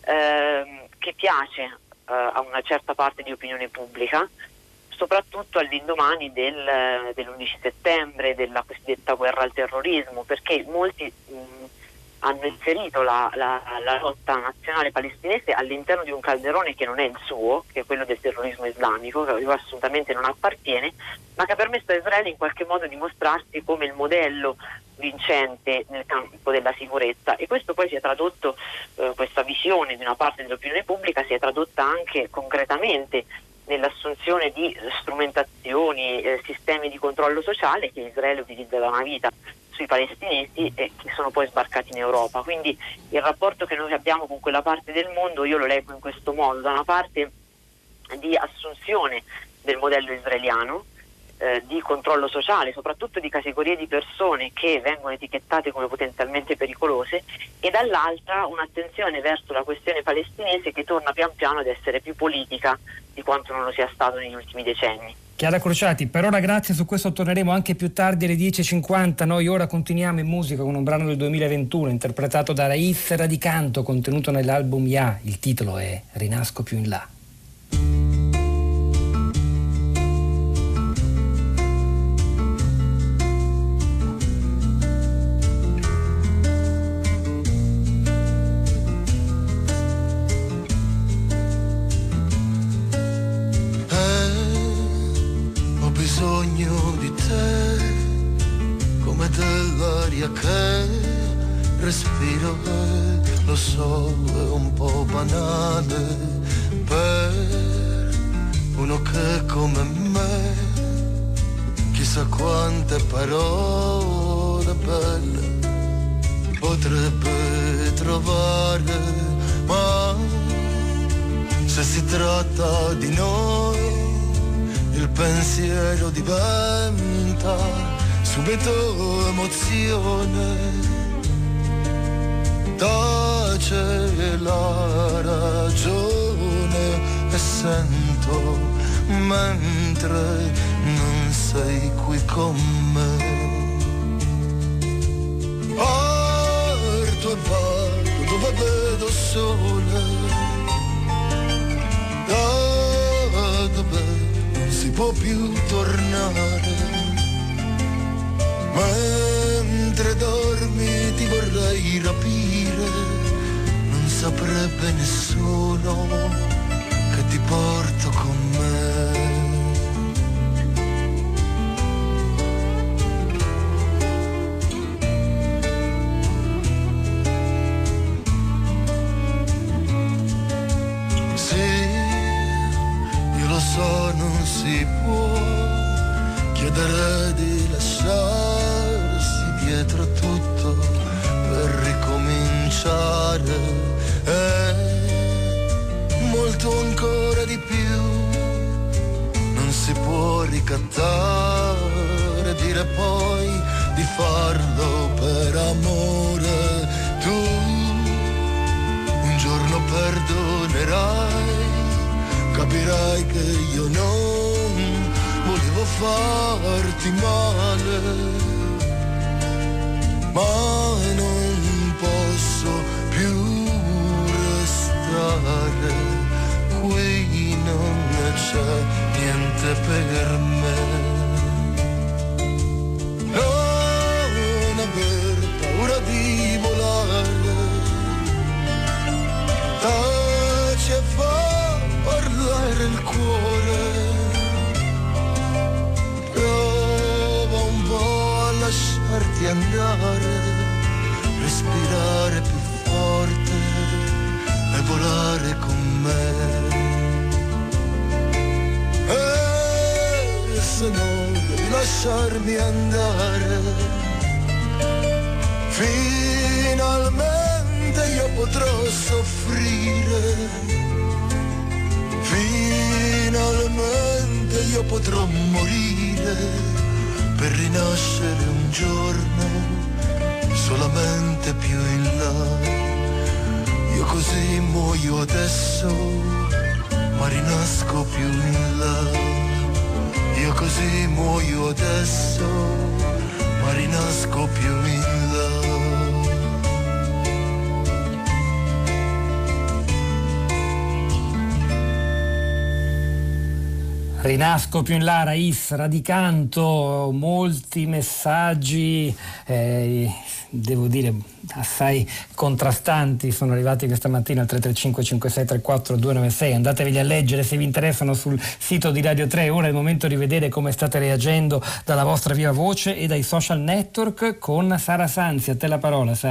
eh, che piace a una certa parte di opinione pubblica, soprattutto all'indomani del, dell'undici settembre, della cosiddetta guerra al terrorismo, perché molti mh, hanno inserito la, la, la lotta nazionale palestinese all'interno di un calderone che non è il suo, che è quello del terrorismo islamico, che assolutamente non appartiene, ma che ha permesso a Israele in qualche modo di mostrarsi come il modello vincente nel campo della sicurezza. E questo poi si è tradotto, eh, questa visione di una parte dell'opinione pubblica si è tradotta anche concretamente nell'assunzione di strumentazioni, eh, sistemi di controllo sociale che Israele utilizza da una vita sui palestinesi e che sono poi sbarcati in Europa. Quindi il rapporto che noi abbiamo con quella parte del mondo io lo leggo in questo modo: da una parte di assunzione del modello israeliano, eh, di controllo sociale, soprattutto di categorie di persone che vengono etichettate come potenzialmente pericolose, e dall'altra un'attenzione verso la questione palestinese che torna pian piano ad essere più politica di quanto non lo sia stato negli ultimi decenni. Chiara Crociati, per ora grazie, su questo torneremo anche più tardi alle dieci e cinquanta. Noi ora continuiamo in musica con un brano del duemilaventuno interpretato da Raiz Radicanto, contenuto nell'album Ya. Il titolo è Rinasco più in là. Che respiro, lo so, è un po' banale per uno che come me chissà quante parole belle potrebbe trovare, ma se si tratta di noi il pensiero diventa subito emozione, tace la ragione e sento mentre non sei qui con me. Parto e vado dove vedo sole, da dove non si può più tornare. Mentre dormi ti vorrei rapire, non saprebbe nessuno che ti porto con me. Sì, io lo so, non si può chiedere di lasciarsi dietro tutto per ricominciare, e molto ancora di più non si può ricattare, dire poi di farlo per amore. Tu un giorno perdonerai, capirai che io non volevo farti male, ma non posso più restare qui, non c'è niente per me. Non aver paura di volare, taci e fa parlare il cuore. Lasciarti andare, respirare più forte e volare con me. E se no devi lasciarmi andare, finalmente io potrò soffrire, finalmente io potrò morire per rinascere un giorno solamente più in là. Io così muoio adesso, ma rinasco più in là. Io così muoio adesso, ma rinasco più in là. Rinasco più in là, Raiz Radicanto, molti messaggi, eh, devo dire assai contrastanti sono arrivati questa mattina al tre tre cinque cinque sei tre quattro due nove sei, andateveli a leggere se vi interessano sul sito di Radio tre. Ora è il momento di vedere come state reagendo dalla vostra viva voce e dai social network con Sara Sanzi. A te la parola, Sara.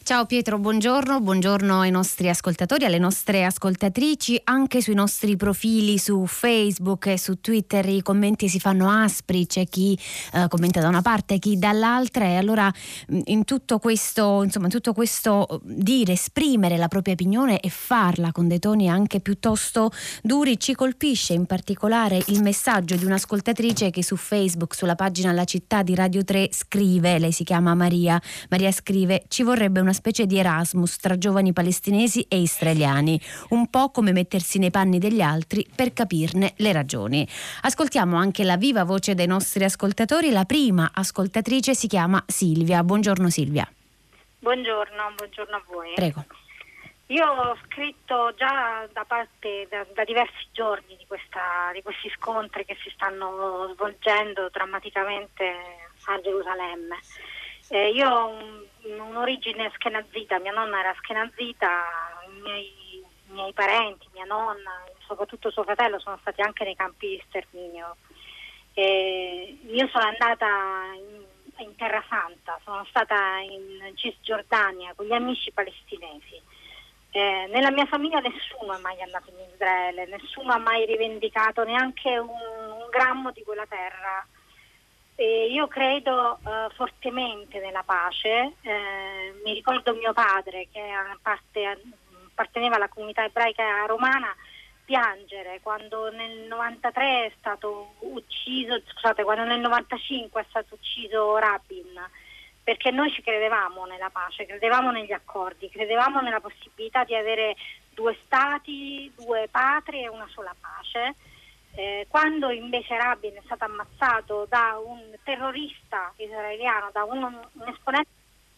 Ciao Pietro, buongiorno, buongiorno ai nostri ascoltatori, alle nostre ascoltatrici. Anche sui nostri profili su Facebook e su Twitter i commenti si fanno aspri, c'è chi eh, commenta da una parte, chi dall'altra, e allora in tutto questo, insomma, in tutto questo dire, esprimere la propria opinione e farla con dei toni anche piuttosto duri, ci colpisce in particolare il messaggio di un'ascoltatrice che su Facebook, sulla pagina La Città di Radio tre, scrive, lei si chiama Maria, Maria scrive: ci vorrebbe una specie di Erasmus tra giovani palestinesi e israeliani, un po' come mettersi nei panni degli altri per capirne le ragioni. Ascoltiamo anche la viva voce dei nostri ascoltatori. La prima ascoltatrice si chiama Silvia. Buongiorno Silvia. Buongiorno, buongiorno a voi. Prego. Io ho scritto già da parte da, da diversi giorni di, questa, di questi scontri che si stanno svolgendo drammaticamente a Gerusalemme. Eh, io ho un, un'origine askenazita, mia nonna era askenazita, i miei, i miei parenti, mia nonna, soprattutto suo fratello sono stati anche nei campi di sterminio. Eh, io sono andata in, in Terra Santa, sono stata in Cisgiordania con gli amici palestinesi. Eh, nella mia famiglia nessuno è mai andato in Israele, nessuno ha mai rivendicato neanche un, un grammo di quella terra. E io credo eh, fortemente nella pace. Eh, mi ricordo mio padre, che a parte, apparteneva alla comunità ebraica romana, piangere quando nel novantatré è stato ucciso, scusate, quando nel novantacinque è stato ucciso Rabin, perché noi ci credevamo nella pace, credevamo negli accordi, credevamo nella possibilità di avere due stati, due patrie e una sola pace. Eh, quando invece Rabin è stato ammazzato da un terrorista israeliano, da un, un esponente.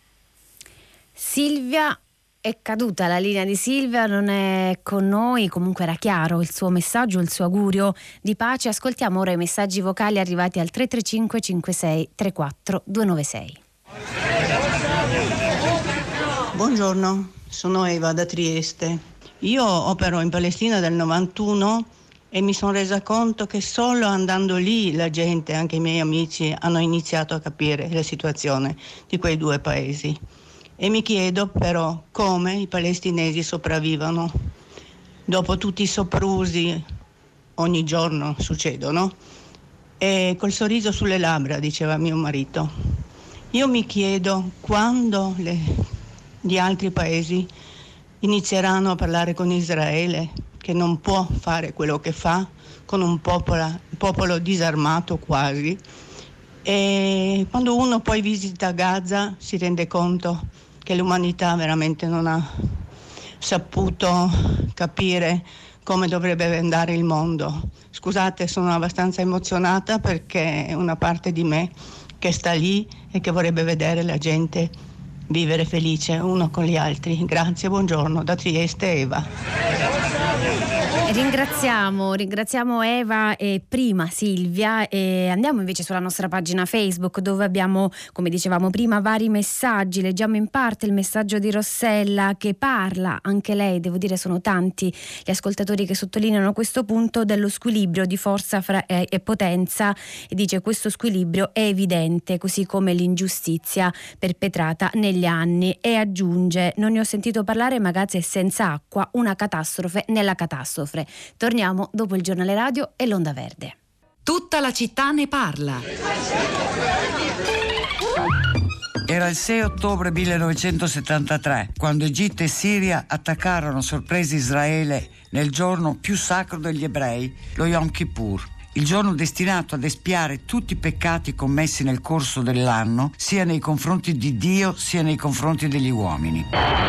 Silvia, è caduta la linea di Silvia, non è con noi, comunque era chiaro il suo messaggio, il suo augurio di pace. Ascoltiamo ora i messaggi vocali arrivati al tre tre cinque cinque sei tre quattro due nove sei. Buongiorno, sono Eva da Trieste. Io opero in Palestina dal novantuno e mi sono resa conto che solo andando lì la gente, anche i miei amici, hanno iniziato a capire la situazione di quei due paesi. E mi chiedo però come i palestinesi sopravvivano. Dopo tutti i soprusi, ogni giorno succedono, e col sorriso sulle labbra, diceva mio marito. Io mi chiedo quando le, gli altri paesi inizieranno a parlare con Israele, che non può fare quello che fa, con un popolo, popolo disarmato quasi. E quando uno poi visita Gaza si rende conto che l'umanità veramente non ha saputo capire come dovrebbe andare il mondo. Scusate, sono abbastanza emozionata perché è una parte di me che sta lì e che vorrebbe vedere la gente vivere felice uno con gli altri. Grazie, buongiorno, da Trieste Eva. Ringraziamo, ringraziamo Eva e prima Silvia, e andiamo invece sulla nostra pagina Facebook, dove abbiamo, come dicevamo prima, vari messaggi. Leggiamo in parte il messaggio di Rossella, che parla, anche lei, devo dire sono tanti gli ascoltatori che sottolineano questo punto, dello squilibrio di forza fra, eh, e potenza, e dice: questo squilibrio è evidente, così come l'ingiustizia perpetrata negli anni, e aggiunge: non ne ho sentito parlare, ma Gaza è senza acqua, una catastrofe nella catastrofe. Torniamo dopo il giornale radio e l'Onda Verde. Tutta la città ne parla. Era il sei ottobre millenovecentosettantatré quando Egitto e Siria attaccarono sorpresi Israele nel giorno più sacro degli ebrei, lo Yom Kippur. Il giorno destinato ad espiare tutti i peccati commessi nel corso dell'anno, sia nei confronti di Dio sia nei confronti degli uomini.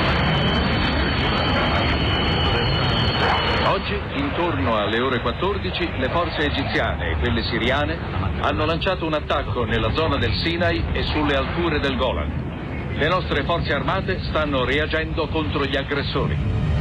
Oggi, intorno alle ore quattordici, le forze egiziane e quelle siriane hanno lanciato un attacco nella zona del Sinai e sulle alture del Golan. Le nostre forze armate stanno reagendo contro gli aggressori.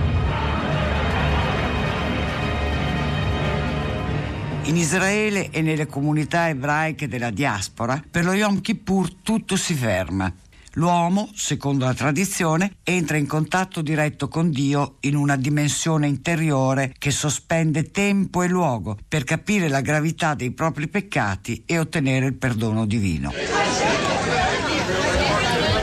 In Israele e nelle comunità ebraiche della diaspora, per lo Yom Kippur tutto si ferma. L'uomo, secondo la tradizione, entra in contatto diretto con Dio in una dimensione interiore che sospende tempo e luogo per capire la gravità dei propri peccati e ottenere il perdono divino. Una delle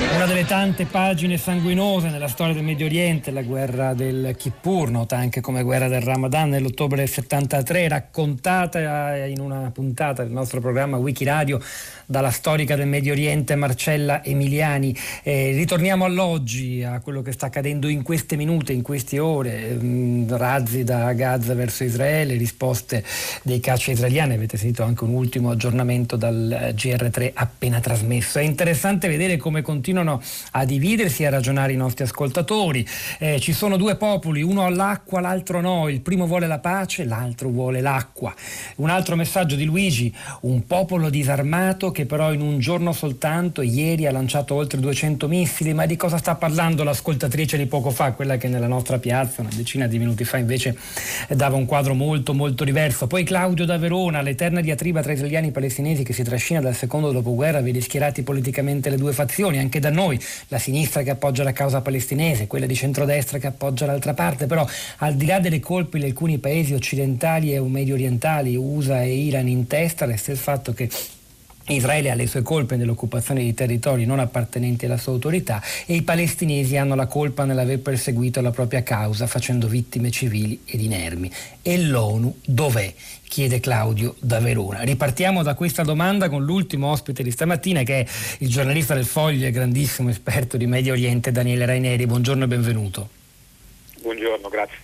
delle tante pagine sanguinose nella storia del Medio Oriente, la guerra del Kippur, nota anche come guerra del Ramadan, nell'ottobre del settantatré, raccontata in una puntata del nostro programma Wikiradio dalla storica del Medio Oriente Marcella Emiliani. Eh, ritorniamo all'oggi, a quello che sta accadendo in queste minute, in queste ore, mh, razzi da Gaza verso Israele, risposte dei caccia israeliani. Avete sentito anche un ultimo aggiornamento dal G R tre appena trasmesso. È interessante vedere come continuano a dividersi e a ragionare i nostri ascoltatori. Eh, ci sono due popoli, uno all'acqua, l'altro no. Il primo vuole la pace, l'altro vuole l'acqua. Un altro messaggio di Luigi: un popolo disarmato che però in un giorno soltanto, ieri, ha lanciato oltre duecento missili. Ma di cosa sta parlando l'ascoltatrice di poco fa, quella che nella nostra piazza una decina di minuti fa invece dava un quadro molto molto diverso? Poi Claudio da Verona: l'eterna diatriba tra israeliani e palestinesi che si trascina dal secondo dopoguerra vede schierati politicamente le due fazioni, anche da noi, la sinistra che appoggia la causa palestinese, quella di centrodestra che appoggia l'altra parte. Però al di là delle colpe di alcuni paesi occidentali e medio orientali, U S A e Iran in testa, resta il fatto che Israele ha le sue colpe nell'occupazione di territori non appartenenti alla sua autorità e i palestinesi hanno la colpa nell'aver perseguito la propria causa facendo vittime civili ed inermi. E l'ONU dov'è? Chiede Claudio da Verona. Ripartiamo da questa domanda con l'ultimo ospite di stamattina, che è il giornalista del Foglio e grandissimo esperto di Medio Oriente, Daniele Raineri. Buongiorno e benvenuto. Buongiorno, grazie.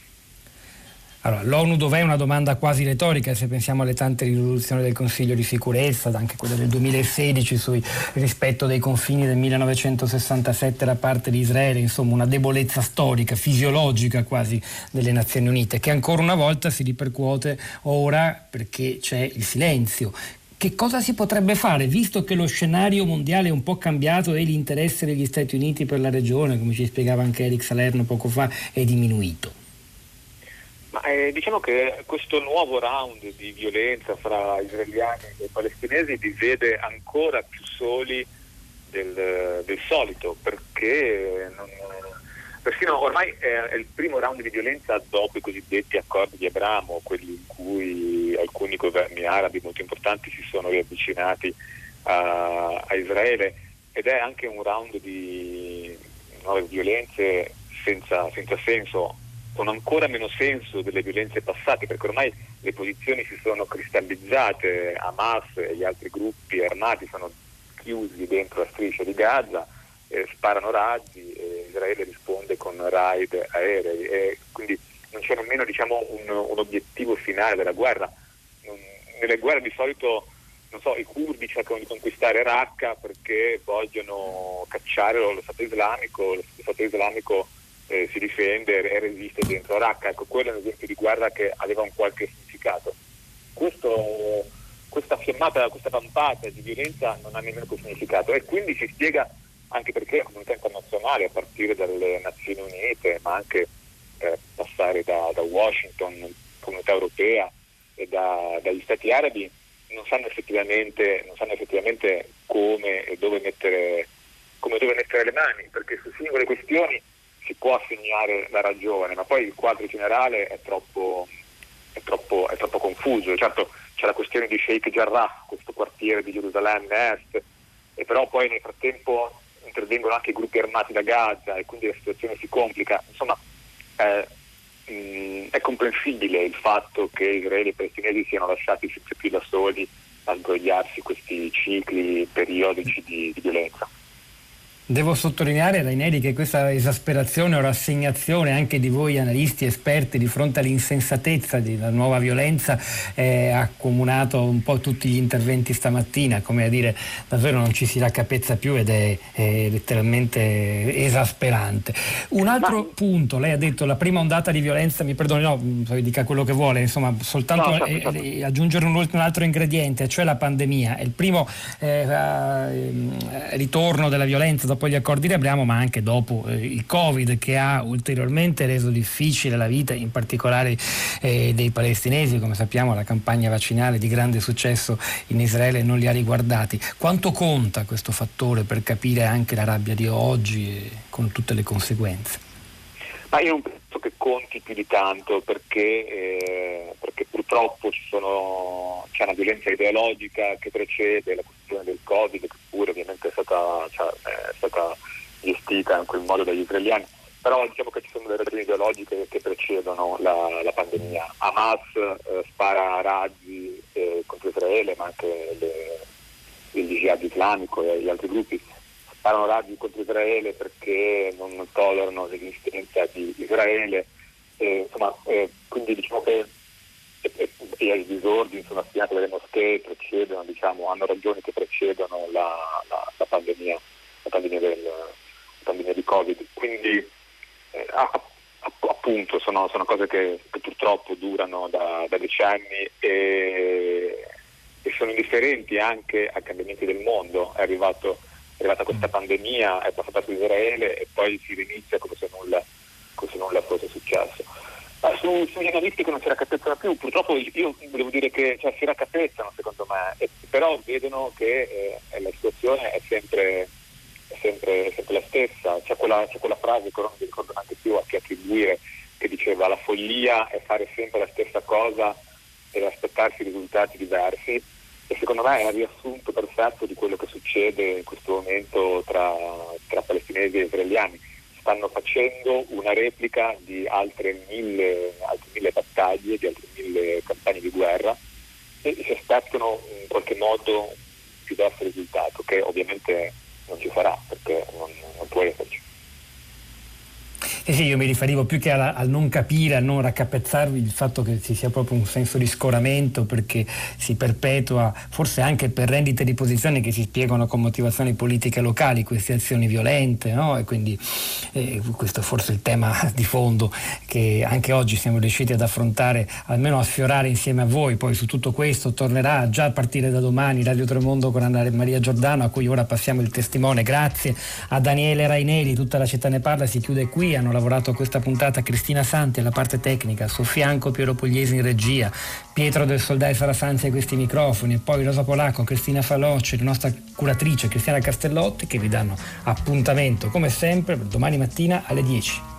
Allora, l'ONU dov'è? Una domanda quasi retorica se pensiamo alle tante risoluzioni del Consiglio di sicurezza, anche quella del duemilasedici sul rispetto dei confini del millenovecentosessantasette da parte di Israele, insomma una debolezza storica, fisiologica quasi delle Nazioni Unite, che ancora una volta si ripercuote ora perché c'è il silenzio. Che cosa si potrebbe fare, visto che lo scenario mondiale è un po' cambiato e l'interesse degli Stati Uniti per la regione, come ci spiegava anche Eric Salerno poco fa, è diminuito? Ma eh, diciamo che questo nuovo round di violenza fra israeliani e palestinesi li vede ancora più soli del, del solito, perché non, persino ormai è, è il primo round di violenza dopo i cosiddetti accordi di Abramo, quelli in cui alcuni governi arabi molto importanti si sono riavvicinati a, a Israele, ed è anche un round di nuove violenze senza, senza senso, con ancora meno senso delle violenze passate, perché ormai le posizioni si sono cristallizzate. Hamas e gli altri gruppi armati sono chiusi dentro la striscia di Gaza, eh, sparano razzi e Israele risponde con raid aerei, e quindi non c'è nemmeno, diciamo, un, un obiettivo finale della guerra. Non, nelle guerre di solito, non so, i curdi cercano di conquistare Raqqa perché vogliono cacciare lo, lo Stato islamico, lo Stato islamico Eh, si difende e resiste dentro Raqqa. Ecco, quello è un esempio di guerra che aveva un qualche significato. Questo, questa fiammata, questa vampata di violenza non ha nemmeno quel significato, e quindi si spiega anche perché la comunità internazionale, a partire dalle Nazioni Unite, ma anche eh, passare da, da Washington, comunità europea e da, dagli Stati arabi, non sanno effettivamente, non sanno effettivamente come e dove mettere, come dove mettere le mani, perché su singole questioni si può assegnare la ragione, ma poi il quadro generale è troppo, è troppo, è troppo confuso. Certo, c'è la questione di Sheikh Jarrah, questo quartiere di Gerusalemme Est, e però poi nel frattempo intervengono anche i gruppi armati da Gaza e quindi la situazione si complica. Insomma, eh, mh, è comprensibile il fatto che Israele e i palestinesi siano lasciati sempre più da soli a sbrogliarsi questi cicli periodici di, di violenza. Devo sottolineare, Raineri, che questa esasperazione o rassegnazione anche di voi analisti esperti di fronte all'insensatezza della nuova violenza eh, ha accomunato un po' tutti gli interventi stamattina, come a dire davvero non ci si raccapezza più, ed è, è letteralmente esasperante. Un altro Ma... punto, lei ha detto la prima ondata di violenza, mi perdoni, no, poi dica quello che vuole, insomma soltanto no, certo, certo. Eh, aggiungere un, un altro ingrediente, cioè la pandemia. È il primo eh, eh, ritorno della violenza dopo gli accordi di Abramo, ma anche dopo eh, il Covid, che ha ulteriormente reso difficile la vita, in particolare eh, dei palestinesi. Come sappiamo, la campagna vaccinale di grande successo in Israele non li ha riguardati. Quanto conta questo fattore per capire anche la rabbia di oggi e con tutte le conseguenze? Ma io non penso che conti più di tanto, perché, eh, perché purtroppo ci sono, c'è una violenza ideologica che precede la questione del Covid, che pure ovviamente è stata, cioè, è stata gestita in quel modo dagli israeliani, però diciamo che ci sono delle ragioni ideologiche che precedono la, la pandemia. Hamas eh, spara razzi eh, contro Israele, ma anche le, il jihad islamico e gli altri gruppi sparano razzi contro Israele perché non tollerano l'esistenza di Israele, eh, insomma, eh, quindi diciamo che e, e i disordini sono affianati dalle moschee, precedono, diciamo, hanno ragioni che precedono la, la, la pandemia, la pandemia, del, la pandemia di Covid. Quindi eh, appunto sono, sono cose che, che purtroppo durano da, da decenni e, e sono indifferenti anche ai cambiamenti del mondo. È arrivato, è arrivata questa pandemia, è passata su Israele e poi si rinizia come se nulla, come se nulla fosse successo. Ma su, sui giornalisti che non si raccapezzano più, purtroppo io volevo dire che cioè, si raccapezzano secondo me, e, però vedono che eh, la situazione è sempre, è sempre, è sempre la stessa. C'è quella, c'è quella frase che non mi ricordo neanche più a chi attribuire, che diceva: la follia è fare sempre la stessa cosa e aspettarsi risultati diversi, e secondo me è il riassunto perfetto di quello che succede in questo momento tra, tra palestinesi e israeliani. Stanno facendo una replica di altre mille, altre mille battaglie, di altre mille campagne di guerra, e si aspettano in qualche modo un diverso risultato, che ovviamente non ci sarà, perché non, non può esserci. Eh sì, io mi riferivo più che al, al non capire, al non raccapezzarvi, il fatto che ci sia proprio un senso di scoramento, perché si perpetua, forse anche per rendite di posizione che si spiegano con motivazioni politiche locali, queste azioni violente, no? E quindi eh, questo è forse il tema di fondo che anche oggi siamo riusciti ad affrontare, almeno a sfiorare insieme a voi. Poi su tutto questo tornerà già a partire da domani Radio Tremondo con Anna Maria Giordano, a cui ora passiamo il testimone. Grazie a Daniele Raineri. Tutta la città ne parla si chiude qui. Hanno lavorato a questa puntata Cristina Santi alla parte tecnica, al suo fianco Piero Pugliesi in regia, Pietro del Soldai Sara Sanzi a questi microfoni, e poi Rosa Polacco, Cristina Falocci, la nostra curatrice Cristiana Castellotti, che vi danno appuntamento come sempre per domani mattina alle dieci.